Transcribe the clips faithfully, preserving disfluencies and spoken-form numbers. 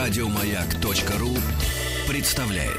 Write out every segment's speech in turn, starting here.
Радиомаяк.ру представляет.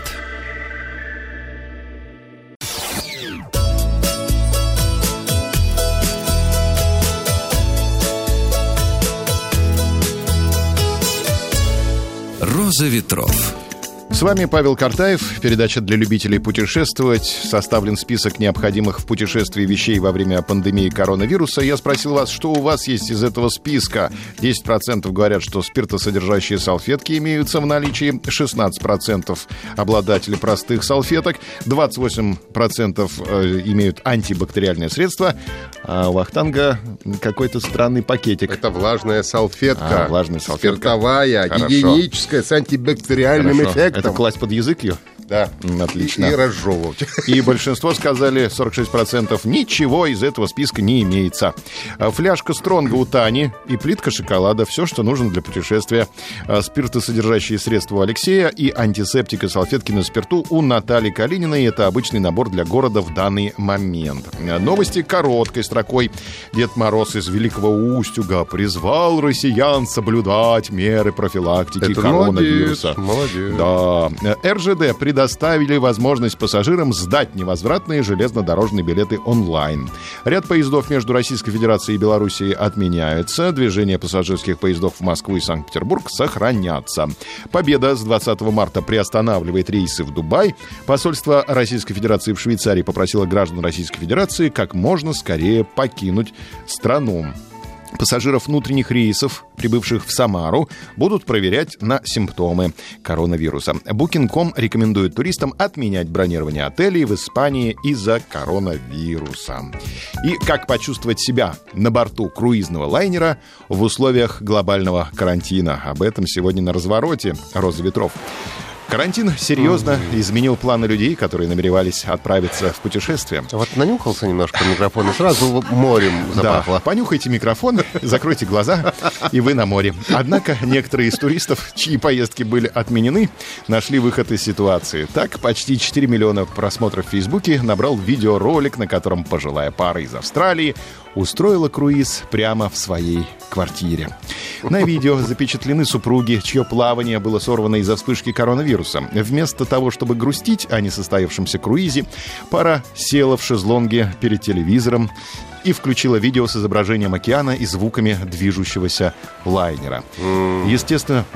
Роза ветров. С вами Павел Картаев. Передача для любителей путешествовать. Составлен список необходимых в путешествии вещей во время пандемии коронавируса. Я спросил вас, что у вас есть из этого списка. десять процентов говорят, что спиртосодержащие салфетки имеются в наличии. шестнадцать процентов обладатели простых салфеток. двадцать восемь процентов имеют антибактериальные средства. А у Вахтанга какой-то странный пакетик. Это влажная салфетка. А, влажная салфетка. Спиртовая, Хорошо. Гигиеническая, с антибактериальным Хорошо. эффектом. Это класть под язык ее? Да. Отлично. И, и разжевывать. И большинство сказали, сорок шесть процентов, ничего из этого списка не имеется. Фляжка стронга у Тани и плитка шоколада. Все, что нужно для путешествия. Спиртосодержащие средства у Алексея и антисептик и салфетки на спирту у Натальи Калининой. Это обычный набор для города в данный момент. Новости короткой строкой. Дед Мороз из Великого Устюга призвал россиян соблюдать меры профилактики Это коронавируса. Молодец, молодец. Да. эр жэ дэ предоставили возможность пассажирам сдать невозвратные железнодорожные билеты онлайн. Ряд поездов между Российской Федерацией и Белоруссией отменяется. Движение пассажирских поездов в Москву и Санкт-Петербург сохранятся. Победа с двадцатого марта приостанавливает рейсы в Дубай. Посольство Российской Федерации в Швейцарии попросило граждан Российской Федерации как можно скорее покинуть страну. Пассажиров внутренних рейсов, прибывших в Самару, будут проверять на симптомы коронавируса. букинг точка ком рекомендует туристам отменять бронирование отелей в Испании из-за коронавируса. И как почувствовать себя на борту круизного лайнера в условиях глобального карантина. Об этом сегодня на развороте «Роза ветров». Карантин серьезно изменил планы людей, которые намеревались отправиться в путешествие. Вот нанюхался немножко микрофон и сразу морем запахло. Да, понюхайте микрофон, закройте глаза, и вы на море. Однако некоторые из туристов, чьи поездки были отменены, нашли выход из ситуации. Так, почти четыре миллиона просмотров в Фейсбуке набрал видеоролик, на котором пожилая пара из Австралии устроила круиз прямо в своей квартире. На видео запечатлены супруги, чье плавание было сорвано из-за вспышки коронавируса. Вместо того, чтобы грустить о несостоявшемся круизе, пара села в шезлонге перед телевизором и включила видео с изображением океана и звуками движущегося лайнера. Естественно...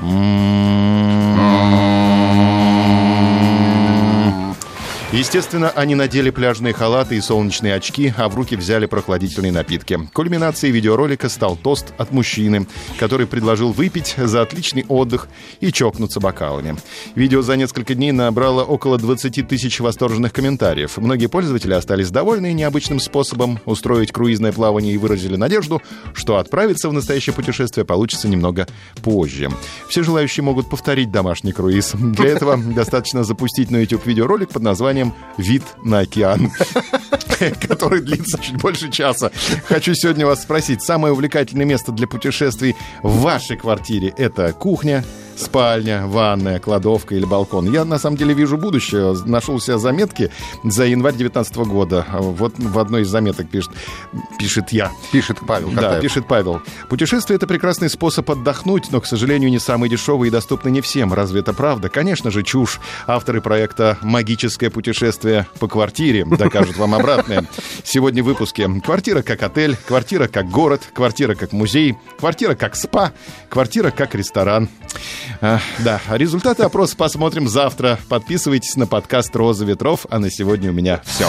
Естественно, они надели пляжные халаты и солнечные очки, а в руки взяли прохладительные напитки. Кульминацией видеоролика стал тост от мужчины, который предложил выпить за отличный отдых и чокнуться бокалами. Видео за несколько дней набрало около двадцать тысяч восторженных комментариев. Многие пользователи остались довольны необычным способом устроить круизное плавание и выразили надежду, что отправиться в настоящее путешествие получится немного позже. Все желающие могут повторить домашний круиз. Для этого достаточно запустить на YouTube видеоролик под названием «Вид на океан», который длится чуть больше часа. Хочу сегодня вас спросить, самое увлекательное место для путешествий в вашей квартире — это кухня, спальня, ванная, кладовка или балкон? Я, на самом деле, вижу будущее. Нашел у себя заметки за январь девятнадцатого года. Вот в одной из заметок пишет, пишет я. Пишет Павел Картаев. Да, пишет Павел. Путешествие — это прекрасный способ отдохнуть, но, к сожалению, не самый дешевый и доступный не всем. Разве это правда? Конечно же, чушь. Авторы проекта «Магическое путешествие по квартире» докажут вам обратное. Сегодня в выпуске: квартира как отель, квартира как город, квартира как музей, квартира как спа, квартира как ресторан. А, да, результаты опроса посмотрим завтра. Подписывайтесь на подкаст «Роза ветров», а на сегодня у меня все.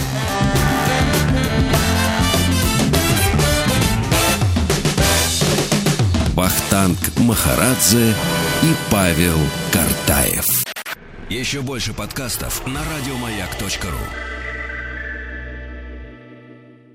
Вахтанг Махарадзе и Павел Картаев. Еще больше подкастов на радиомаяк точка ру.